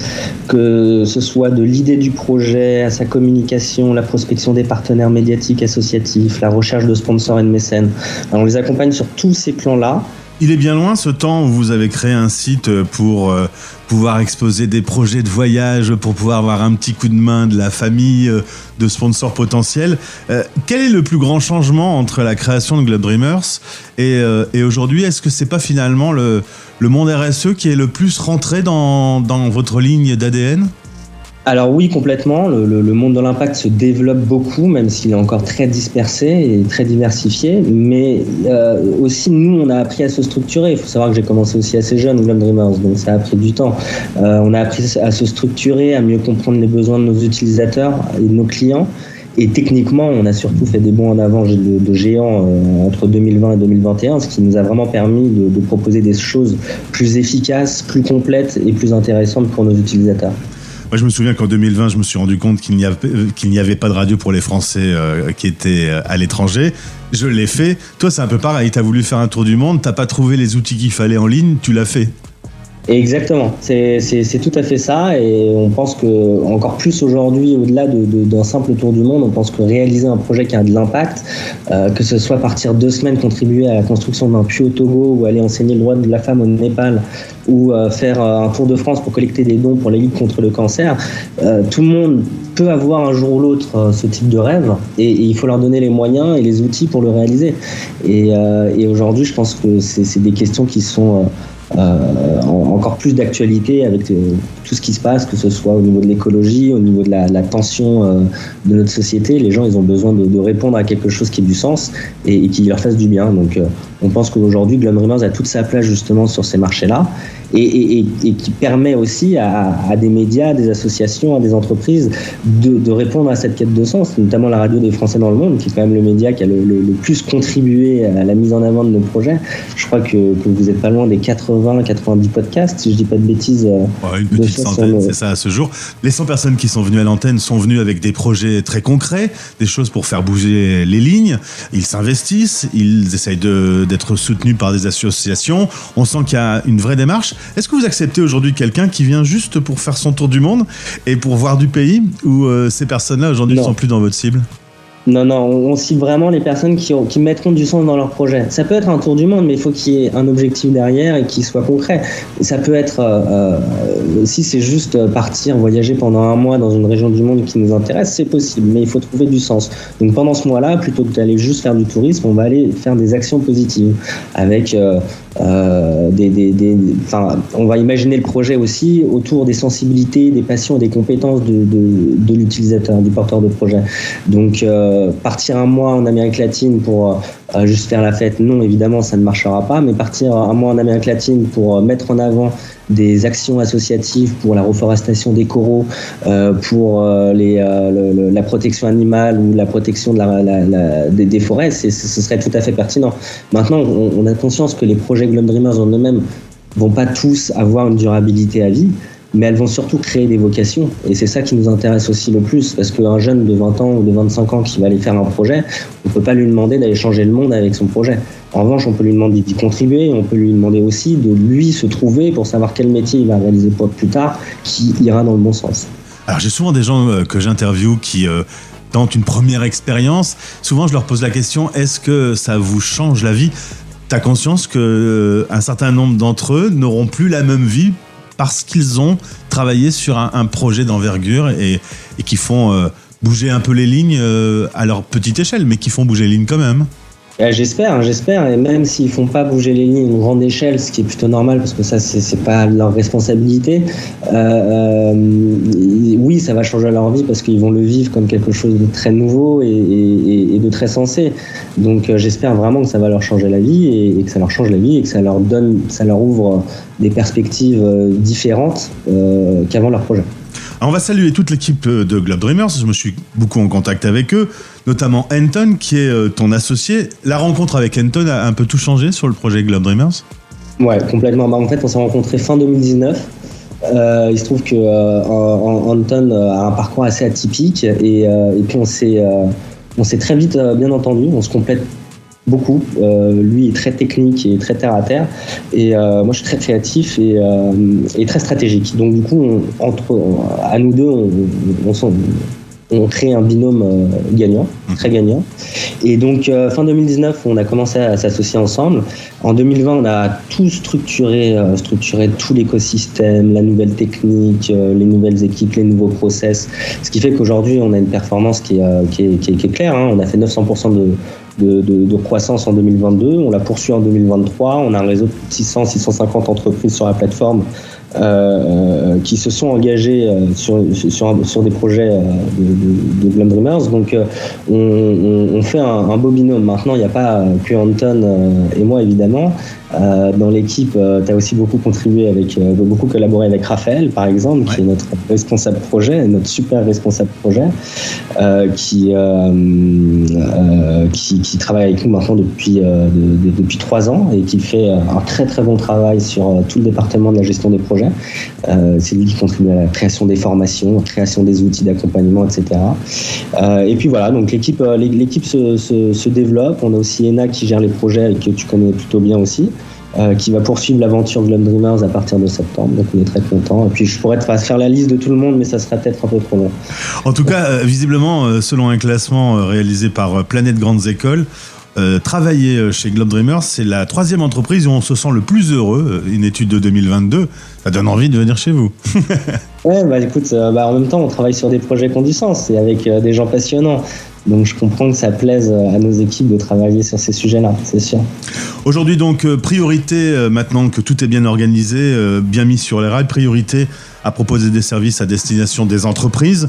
que ce soit de l'idée du projet à sa communication, la prospection des partenaires médiatiques associatifs, la recherche de sponsors et de mécènes. Alors, on les accompagne sur tous ces plans-là. Il est bien loin ce temps où vous avez créé un site pour euh, pouvoir exposer des projets de voyage, pour pouvoir avoir un petit coup de main de la famille, euh, de sponsors potentiels. Euh, quel est le plus grand changement entre la création de Globe Dreamers et, euh, et aujourd'hui? Est-ce que c'est pas finalement le, le monde R S E qui est le plus rentré dans, dans votre ligne d'A D N? Alors oui, complètement. Le, le, le monde de l'impact se développe beaucoup, même s'il est encore très dispersé et très diversifié. Mais euh, aussi, nous, on a appris à se structurer. Il faut savoir que j'ai commencé aussi assez jeune, Globe Dreamers, donc ça a pris du temps. Euh, on a appris à se structurer, à mieux comprendre les besoins de nos utilisateurs et de nos clients. Et techniquement, on a surtout fait des bonds en avant de, de géants euh, entre deux mille vingt et deux mille vingt et un, ce qui nous a vraiment permis de, de proposer des choses plus efficaces, plus complètes et plus intéressantes pour nos utilisateurs. Moi, je me souviens qu'en deux mille vingt, je me suis rendu compte qu'il n'y avait, qu'il n'y avait pas de radio pour les Français euh, qui étaient à l'étranger. Je l'ai fait. Toi, c'est un peu pareil. Tu as voulu faire un tour du monde, tu n'as pas trouvé les outils qu'il fallait en ligne, tu l'as fait. Exactement, c'est, c'est, c'est tout à fait ça, et on pense que encore plus aujourd'hui, au-delà de, de, d'un simple tour du monde, on pense que réaliser un projet qui a de l'impact, euh, que ce soit partir deux semaines contribuer à la construction d'un puits au Togo, ou aller enseigner le droit de la femme au Népal, ou euh, faire un tour de France pour collecter des dons pour la lutte contre le cancer, euh, tout le monde peut avoir un jour ou l'autre euh, ce type de rêve, et, et il faut leur donner les moyens et les outils pour le réaliser. Et, euh, et aujourd'hui, je pense que c'est, c'est des questions qui sont... Euh, Euh, encore plus d'actualité avec euh, tout ce qui se passe, que ce soit au niveau de l'écologie, au niveau de la, la tension euh, de notre société. Les gens, ils ont besoin de, de répondre à quelque chose qui ait du sens et, et qui leur fasse du bien. Donc euh, on pense qu'aujourd'hui, Globe Dreamers a toute sa place justement sur ces marchés-là, et, et, et, et qui permet aussi à, à des médias, des associations, à des entreprises de, de répondre à cette quête de sens, notamment la radio des Français dans le monde, qui est quand même le média qui a le, le, le plus contribué à la mise en avant de nos projets. Je crois que, que vous n'êtes pas loin des quatre-vingts quatre-vingt-dix podcasts, si je dis pas de bêtises. Ouais, une petite centaine, c'est ça à ce jour. Les cent personnes qui sont venues à l'antenne sont venues avec des projets très concrets, des choses pour faire bouger les lignes. Ils s'investissent, ils essayent de, d'être soutenus par des associations. On sent qu'il y a une vraie démarche. Est-ce que vous acceptez aujourd'hui quelqu'un qui vient juste pour faire son tour du monde et pour voir du pays, ou euh, ces personnes-là aujourd'hui ne sont plus dans votre cible ? Non, non, on cible vraiment les personnes qui, ont, qui mettront du sens dans leur projet. Ça peut être un tour du monde, mais il faut qu'il y ait un objectif derrière et qu'il soit concret. Ça peut être, euh, si c'est juste partir, voyager pendant un mois dans une région du monde qui nous intéresse, c'est possible, mais il faut trouver du sens. Donc pendant ce mois-là, plutôt que d'aller juste faire du tourisme, on va aller faire des actions positives avec... Euh, Euh, des, des, des, enfin, on va imaginer le projet aussi autour des sensibilités, des passions et des compétences de, de, de l'utilisateur, du porteur de projet. Donc euh, partir un mois en Amérique latine pour euh, juste faire la fête, non, évidemment ça ne marchera pas, mais partir un mois en Amérique latine pour mettre en avant des actions associatives pour la reforestation des coraux, euh, pour euh, les, euh, le, le, la protection animale ou la protection de la, la, la, des, des forêts, c'est, ce serait tout à fait pertinent. Maintenant, on, on a conscience que les projets Globe Dreamers en eux-mêmes vont pas tous avoir une durabilité à vie, mais elles vont surtout créer des vocations, et c'est ça qui nous intéresse aussi le plus, parce qu'un jeune de vingt ans ou de vingt-cinq ans qui va aller faire un projet, on peut pas lui demander d'aller changer le monde avec son projet. En revanche, on peut lui demander d'y contribuer, on peut lui demander aussi de lui se trouver pour savoir quel métier il va réaliser pour plus tard, qui ira dans le bon sens. Alors j'ai souvent des gens euh, que j'interviewe qui euh, tentent une première expérience. Souvent je leur pose la question, est-ce que ça vous change la vie ? T'as conscience qu'un euh, certain nombre d'entre eux n'auront plus la même vie parce qu'ils ont travaillé sur un, un projet d'envergure et, et qui font euh, bouger un peu les lignes euh, à leur petite échelle, mais qui font bouger les lignes quand même. Euh, j'espère, j'espère, et même s'ils font pas bouger les lignes à une grande échelle, ce qui est plutôt normal parce que ça c'est, c'est pas leur responsabilité, euh, euh, oui ça va changer leur vie parce qu'ils vont le vivre comme quelque chose de très nouveau et, et, et de très sensé. Donc euh, j'espère vraiment que ça va leur changer la vie et, et que ça leur change la vie et que ça leur donne, ça leur ouvre des perspectives euh, différentes euh, qu'avant leur projet. Alors on va saluer toute l'équipe de Globe Dreamers, je me suis beaucoup en contact avec eux, notamment Anton qui est ton associé. La rencontre avec Anton a un peu tout changé sur le projet Globe Dreamers ? Ouais, complètement. Bah, en fait, on s'est rencontrés fin deux mille dix-neuf. Euh, il se trouve que euh, Anton a un parcours assez atypique et, euh, et puis on s'est, euh, on s'est très vite euh, bien entendu. On se complète beaucoup. Euh, lui est très technique et très terre à terre, et euh, moi je suis très créatif et, euh, et très stratégique. Donc du coup, on, entre à nous deux, on, on, on, on crée un binôme euh, gagnant, très gagnant. Et donc euh, fin deux mille dix-neuf, on a commencé à s'associer ensemble. En deux mille vingt, on a tout structuré, euh, structuré tout l'écosystème, la nouvelle technique, euh, les nouvelles équipes, les nouveaux process. Ce qui fait qu'aujourd'hui, on a une performance qui est, euh, qui est, qui est, qui est claire. Hein. On a fait neuf cents pour cent de De, de, de croissance en deux mille vingt-deux, on l'a poursuivi en deux mille vingt-trois, on a un réseau de six cents à six cent cinquante entreprises sur la plateforme euh, qui se sont engagées euh, sur, sur, sur des projets euh, de, de, de Glum Dreamers. Donc euh, on, on, on fait un, un beau binôme. Maintenant, il n'y a pas que Anton euh, et moi, évidemment. Euh, dans l'équipe, euh, tu as aussi beaucoup contribué avec, euh, beaucoup collaboré avec Raphaël, par exemple, ouais. qui est notre responsable projet, notre super responsable projet, euh, qui, euh, euh, qui, qui travaille avec nous maintenant depuis, euh, de, de, depuis trois ans et qui fait un très très bon travail sur euh, tout le département de la gestion des projets. Euh, c'est lui qui contribue à la création des formations, à la création des outils d'accompagnement, et cetera. Euh, et puis voilà, donc l'équipe, l'équipe se, se, se développe. On a aussi Ena qui gère les projets et que tu connais plutôt bien aussi. Euh, qui va poursuivre l'aventure de Glum Dreamers à partir de septembre, donc on est très contents. Et puis je pourrais te faire la liste de tout le monde, mais ça serait peut-être un peu trop long. En tout cas, euh, visiblement, euh, selon un classement euh, réalisé par euh, Planète Grandes Écoles, euh, travailler chez Glum Dreamers, c'est la troisième entreprise où on se sent le plus heureux. Une étude de deux mille vingt-deux, ça donne envie de venir chez vous. Ouais, bah écoute, euh, bah, en même temps, on travaille sur des projets qui ont du sens et avec euh, des gens passionnants. Donc je comprends que ça plaise à nos équipes de travailler sur ces sujets-là, c'est sûr. Aujourd'hui donc, priorité, maintenant que tout est bien organisé, bien mis sur les rails, priorité à proposer des services à destination des entreprises.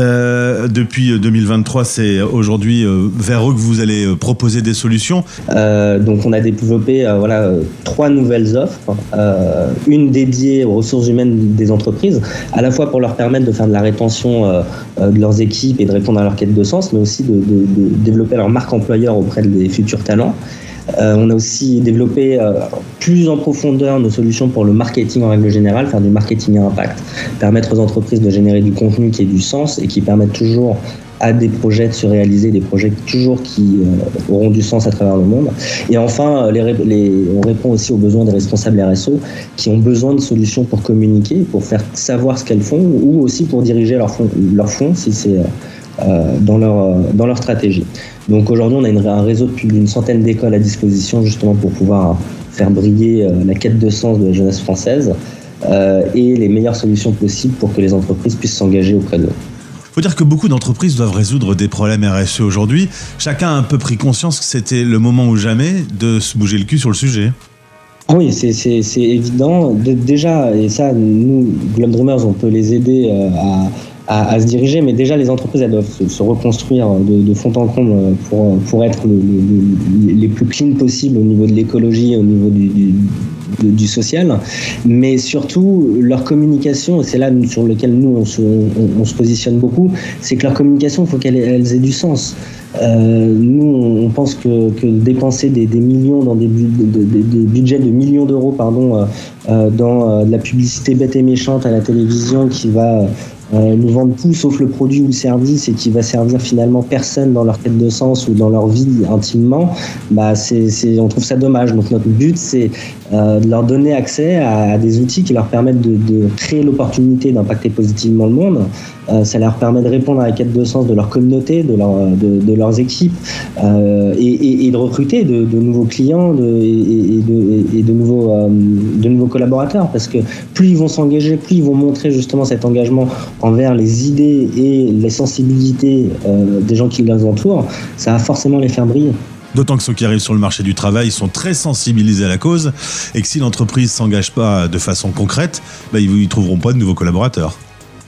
Euh, depuis deux mille vingt-trois, c'est aujourd'hui euh, vers eux que vous allez proposer des solutions. Euh, donc on a développé euh, voilà, trois nouvelles offres. Euh, une dédiée aux ressources humaines des entreprises, à la fois pour leur permettre de faire de la rétention euh, de leurs équipes et de répondre à leur quête de sens, mais aussi de, de, de développer leur marque employeur auprès des futurs talents. Euh, on a aussi développé euh, plus en profondeur nos solutions pour le marketing en règle générale, faire du marketing à impact, permettre aux entreprises de générer du contenu qui ait du sens et qui permettent toujours à des projets de se réaliser, des projets toujours qui euh, auront du sens à travers le monde. Et enfin, les, les, on répond aussi aux besoins des responsables R S O qui ont besoin de solutions pour communiquer, pour faire savoir ce qu'elles font ou aussi pour diriger leur fonds, leur fonds si c'est euh, dans, leur, dans leur stratégie. Donc aujourd'hui, on a une, un réseau de plus d'une centaine d'écoles à disposition justement pour pouvoir faire briller euh, la quête de sens de la jeunesse française euh, et les meilleures solutions possibles pour que les entreprises puissent s'engager auprès d'eux. Il faut dire que beaucoup d'entreprises doivent résoudre des problèmes R S E aujourd'hui. Chacun a un peu pris conscience que c'était le moment ou jamais de se bouger le cul sur le sujet. Oui, c'est, c'est, c'est évident. De, déjà, et ça, nous, Glum Dreamers, on peut les aider euh, à... À, à se diriger, mais déjà les entreprises elles doivent se, se reconstruire de, de fond en comble pour, pour être le, le, les plus clean possible au niveau de l'écologie, au niveau du, du, du, du social, mais surtout leur communication, et c'est là sur lequel nous on se, on, on se positionne beaucoup, c'est que leur communication, il faut qu'elle elles aient du sens. Euh, nous, on pense que, que dépenser des, des millions dans des, bu- de, de, des budgets de millions d'euros, pardon, euh, dans euh, de la publicité bête et méchante à la télévision qui va Euh, nous vendent tout sauf le produit ou le service et qui va servir finalement personne dans leur quête de sens ou dans leur vie intimement, bah c'est, c'est, on trouve ça dommage. Donc notre but c'est euh, de leur donner accès à, à des outils qui leur permettent de, de créer l'opportunité d'impacter positivement le monde. Euh, ça leur permet de répondre à la quête de sens de leur communauté, de, leur, de, de leurs équipes euh, et, et, et de recruter de, de nouveaux clients de, et, et, de, et de, nouveaux, euh, de nouveaux collaborateurs, parce que plus ils vont s'engager, plus ils vont montrer justement cet engagement envers les idées et les sensibilités euh, des gens qui les entourent, ça va forcément les faire briller. D'autant que ceux qui arrivent sur le marché du travail sont très sensibilisés à la cause et que si l'entreprise ne s'engage pas de façon concrète, bah, ils ne trouveront pas de nouveaux collaborateurs.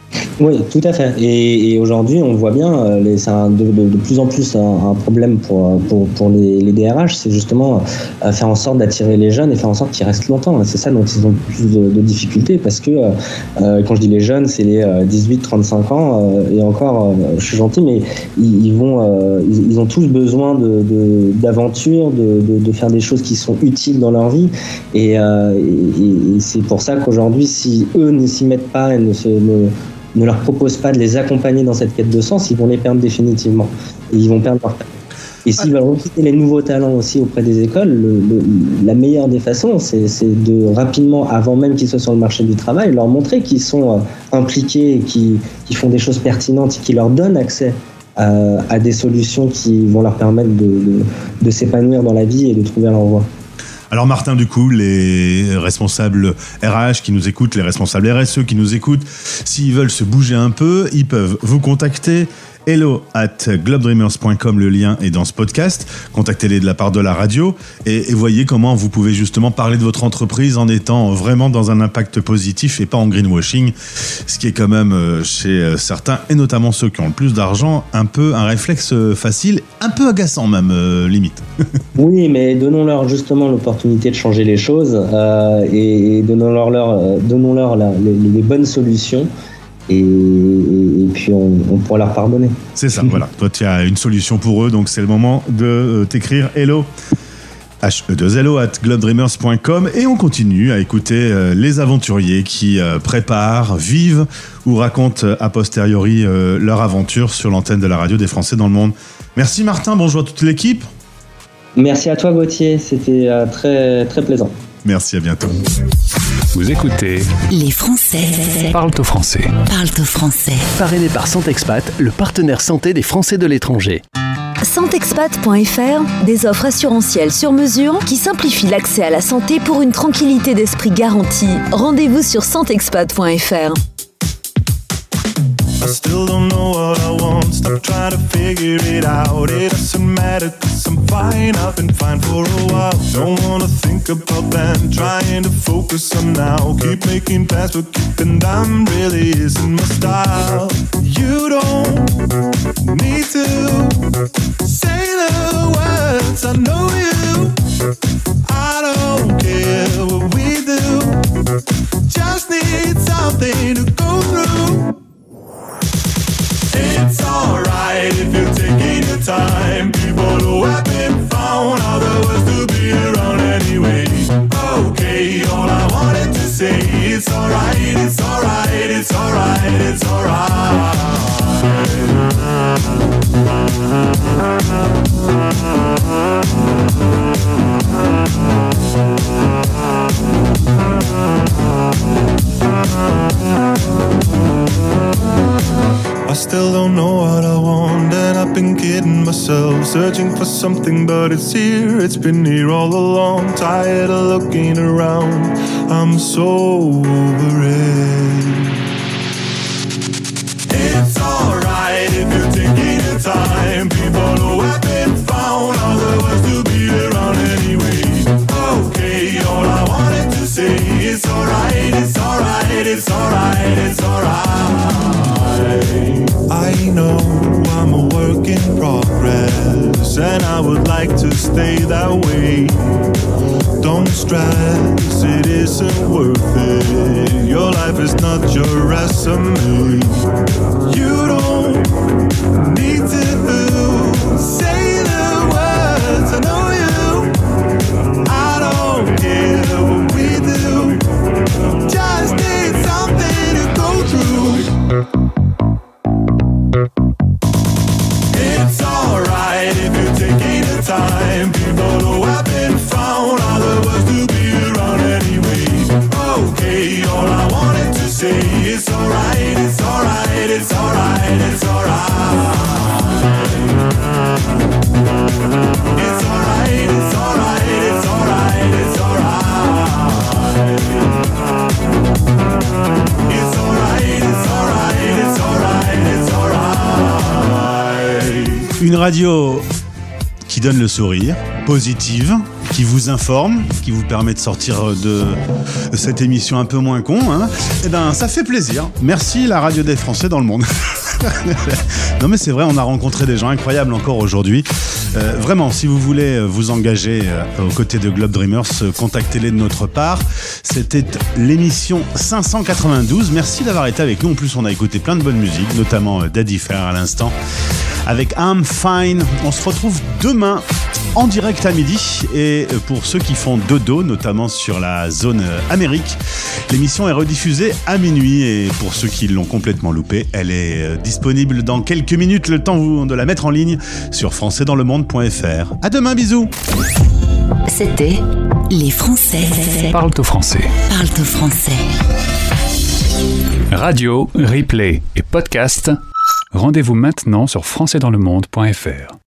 Oui, tout à fait. Et, et aujourd'hui, on voit bien, les, c'est un, de, de, de plus en plus un, un problème pour, pour, pour les, les D R H, c'est justement euh, faire en sorte d'attirer les jeunes et faire en sorte qu'ils restent longtemps. C'est ça dont ils ont plus de, de difficultés parce que, euh, quand je dis les jeunes, c'est les euh, dix-huit trente-cinq ans, euh, et encore, euh, je suis gentil, mais ils, ils, vont, euh, ils, ils ont tous besoin de, de, d'aventure, de, de, de faire des choses qui sont utiles dans leur vie. Et, euh, et, et c'est pour ça qu'aujourd'hui, si eux ne s'y mettent pas et ne se... Ne, ne leur propose pas de les accompagner dans cette quête de sens, ils vont les perdre définitivement. Et ils vont perdre leur talent. Et s'ils veulent recruter les nouveaux talents aussi auprès des écoles, le, le, la meilleure des façons, c'est, c'est de rapidement, avant même qu'ils soient sur le marché du travail, leur montrer qu'ils sont euh, impliqués, qu'ils, qu'ils font des choses pertinentes, qui leur donnent accès à, à des solutions qui vont leur permettre de, de, de s'épanouir dans la vie et de trouver leur voie. Alors Martin, du coup, les responsables R H qui nous écoutent, les responsables R S E qui nous écoutent, s'ils veulent se bouger un peu, ils peuvent vous contacter. hello at globedreamers point com, le lien est dans ce podcast. Contactez-les de la part de la radio et, et voyez comment vous pouvez justement parler de votre entreprise en étant vraiment dans un impact positif et pas en greenwashing, ce qui est quand même chez certains, et notamment ceux qui ont le plus d'argent, un peu un réflexe facile, un peu agaçant même, euh, limite. Oui, mais donnons-leur justement l'opportunité de changer les choses euh, et, et donnons-leur, leur, euh, donnons-leur la, les, les bonnes solutions. Et, et, et puis on, on pourra leur pardonner. C'est ça, voilà. Toi, tu as une solution pour eux, donc c'est le moment de euh, t'écrire hello, H E deux L O at globedreamers point com, et on continue à écouter euh, les aventuriers qui euh, préparent, vivent ou racontent euh, a posteriori euh, leur aventure sur l'antenne de la radio des Français dans le monde. Merci Martin, bonjour à toute l'équipe. Merci à toi Gauthier, c'était euh, très, très plaisant. Merci, à bientôt. Vous écoutez Les Français Parle au français. Parle au français. Parrainé par Santexpat, le partenaire santé des Français de l'étranger. Santexpat point F R, des offres assurantielles sur mesure qui simplifient l'accès à la santé pour une tranquillité d'esprit garantie. Rendez-vous sur santexpat point F R. I still don't know what I want, stop trying to figure it out. It doesn't matter cause I'm fine, I've been fine for a while. Don't wanna think about then, trying to focus on now. Keep making plans but keeping them really isn't my style. You don't need to say the words, I know you. I don't care what we do, just need something to go through. It's alright if you're taking your time. People who have been found are the ones to be around anyway. Okay, all I wanted to say, it's alright, it's alright, it's alright, it's alright. I still don't know what I want, and I've been kidding myself, searching for something but it's here, it's been here all along. Tired of looking around, I'm so over it. It's alright if you're taking your time. People who have been found are the ones to be around anyway. Okay, all I wanted to say, it's alright, it's alright, it's alright, it's alright. I know I'm a work in progress, and I would like to stay that way. Don't stress, it isn't worth it. Your life is not your resume. You don't need to say the words, I know you. I don't care what we do, just need something to go through. It's alright if you're taking the time. People who have been found are the ones to be around anyway. Okay, all I wanted to say is alright, it's alright, it's alright, it's alright. It's alright, it's alright, it's alright, it's alright. It's alright, it's alright, it's alright, it's alright. Une radio qui donne le sourire, positive, qui vous informe, qui vous permet de sortir de cette émission un peu moins con, hein. Eh ben, ça fait plaisir. Merci la radio des Français dans le monde. Non mais c'est vrai, on a rencontré des gens incroyables encore aujourd'hui. Euh, vraiment, si vous voulez vous engager euh, aux côtés de Globe Dreamers, euh, contactez-les de notre part. C'était l'émission cinq cent quatre-vingt-douze. Merci d'avoir été avec nous. En plus, on a écouté plein de bonnes musiques, notamment euh, Daddy Fair à l'instant, avec I'm Fine. On se retrouve demain en direct à midi. Et pour ceux qui font dodo, notamment sur la zone Amérique, l'émission est rediffusée à minuit. Et pour ceux qui l'ont complètement loupée, elle est disponible dans quelques minutes, le temps de la mettre en ligne sur français dans le monde point f r. À demain, bisous. C'était Les Français. Parle au français. Parle au français. Radio, replay et podcast. Rendez-vous maintenant sur français dans le monde point f r.